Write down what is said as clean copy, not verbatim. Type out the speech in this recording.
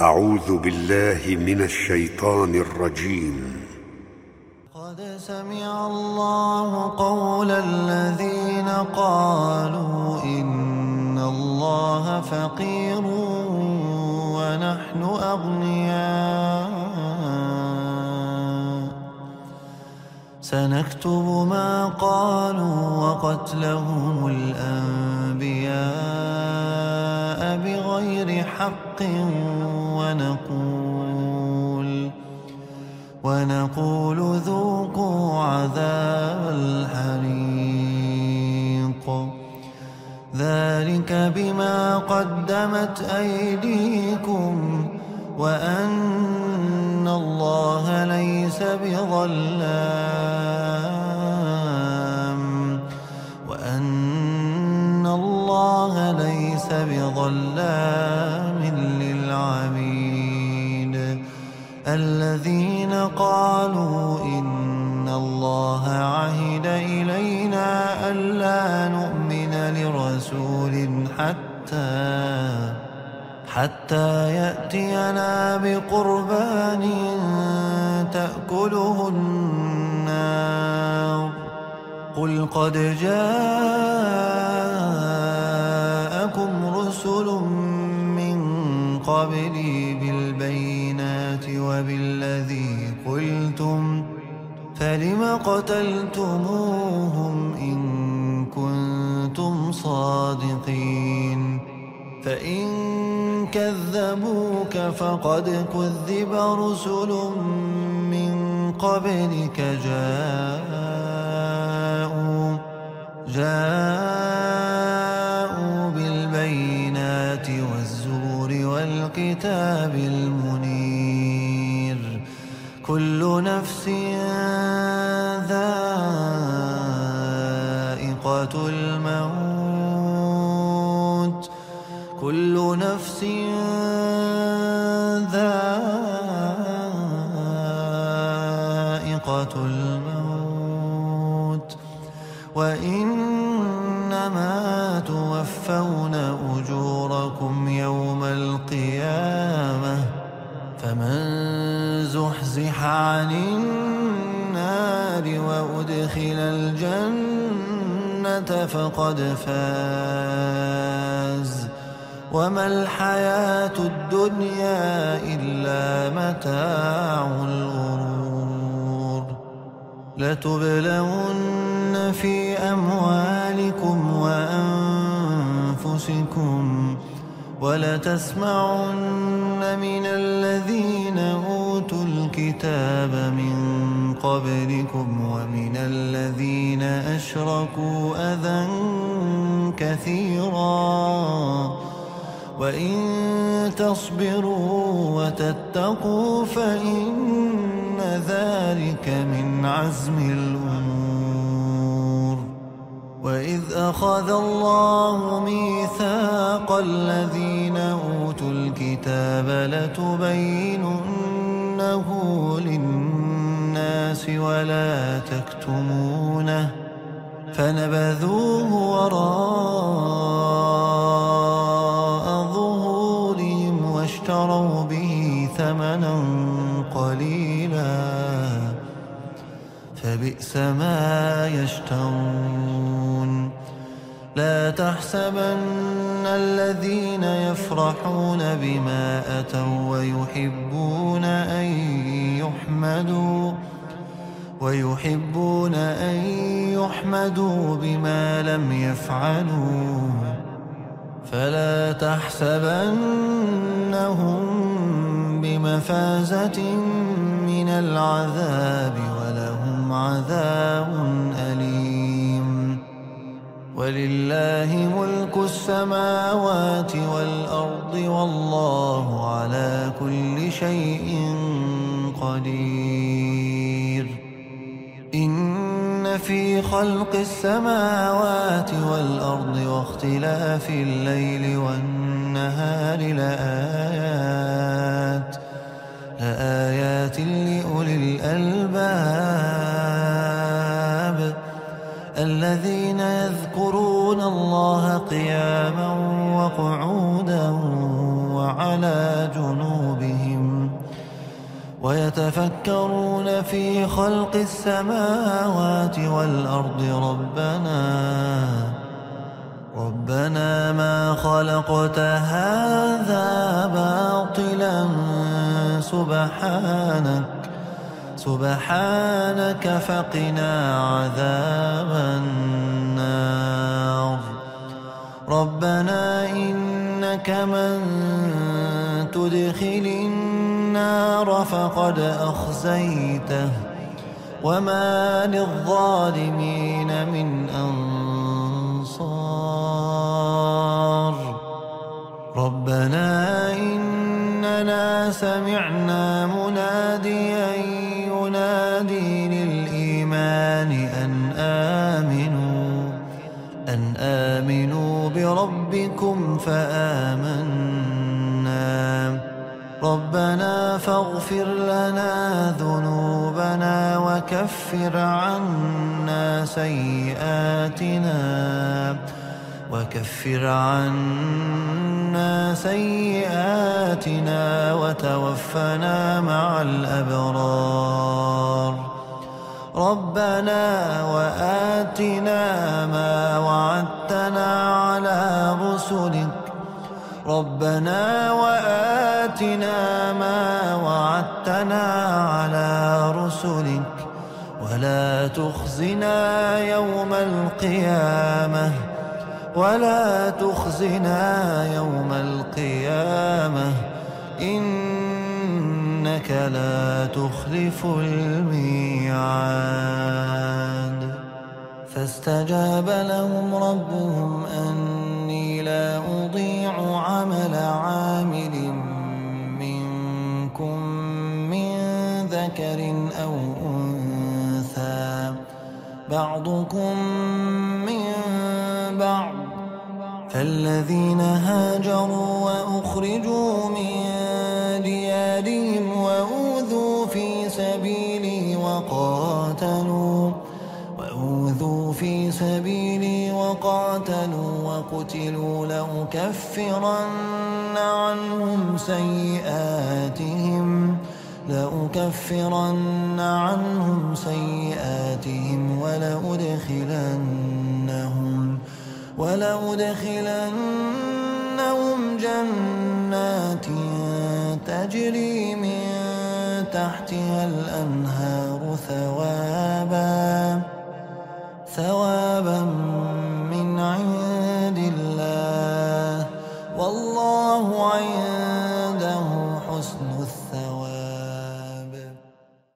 أعوذ بالله من الشيطان الرجيم. قد سمع الله قول الذين قالوا إن الله فقير ونحن أغنياء سنكتب ما قالوا وقتلهم الأنبياء بغير حق ونقول ذوقوا عذاب الحريق ذلك بما قدمت أيديكم وأن الله ليس بظلام للعبيد الذين قالوا إن الله عهد إلينا ألا نؤمن لرسول حتى يأتينا بقربان تأكله النار قل قد جاءكم رسل من قبلي بالبينات وبالذي قلتم فلم قتلتموهم إن كنتم صادقين فإن كذبوك فقد كذب رسل من قبلك جاءوا بالبينات والزور والكتاب المنير كل نفس ذائقة الموت وإنما توفون أجوركم يوم القيامة فمن زحزح عن النار وأدخل الجنة فقد فاز وما الحياة الدنيا إلا متاع الغرور لتبلون في أموالكم وأنفسكم ولتسمعن من الذين أوتوا الكتاب من قبلكم ومن الذين أشركوا أذى كثيرا وإن تصبروا وتتقوا فإن ذلك من عزم الأمور وإذ أخذ الله ميثاق الذين أوتوا الكتاب لتبيننه للناس ولا تكتمونه فنبذوه وراء ظهورهم واشتروا به ثمنا قليلا فبئس ما يشترون لا تحسبن الذين يفرحون بما أتوا ويحبون أن يحمدوا بما لم يفعلوا فلا تحسبنهم بمفازة من العذاب ولهم عذاب أليم ولله ملك السماوات والأرض والله على كل شيء قدير إن في خلق السماوات والأرض واختلاف الليل والنهار لآيات لأولي الألباب الذين يذكرون الله قياما وقعودا وعلى جنوبهم ويتفكرون في خلق السماوات والأرض ربنا ما خلقت هذا باطلا سبحانك فقنا عذاب النار. ربنا إنك من تدخل النار فقد أخزيته وما للظالمين من أنصار. ربنا إننا سمعنا مناديا ينادي للإيمان أن آمنوا بربكم فآمنا. ربنا فاغفر لنا ذنوبنا وكفر عنا سيئاتنا وتوفنا مع الأبرار. ربنا وآتنا ما وعدتنا على رسلك ولا تخزنا يوم القيامة إنك لا تخلف الميعاد. فاستجاب لهم ربهم أني لا أضيع عمل عامل منكم من ذكر أو أنثى بعضكم من بعض. فالذين هاجروا وأخرجوا من ديارهم وأوذوا في سبيلي وقاتلوا وقتلوا لأكفرن عنهم سيئاتهم ولأدخلنهم جنات تجري من تحتها الأنهار ثوابا من عند الله والله عنده حسن الثواب.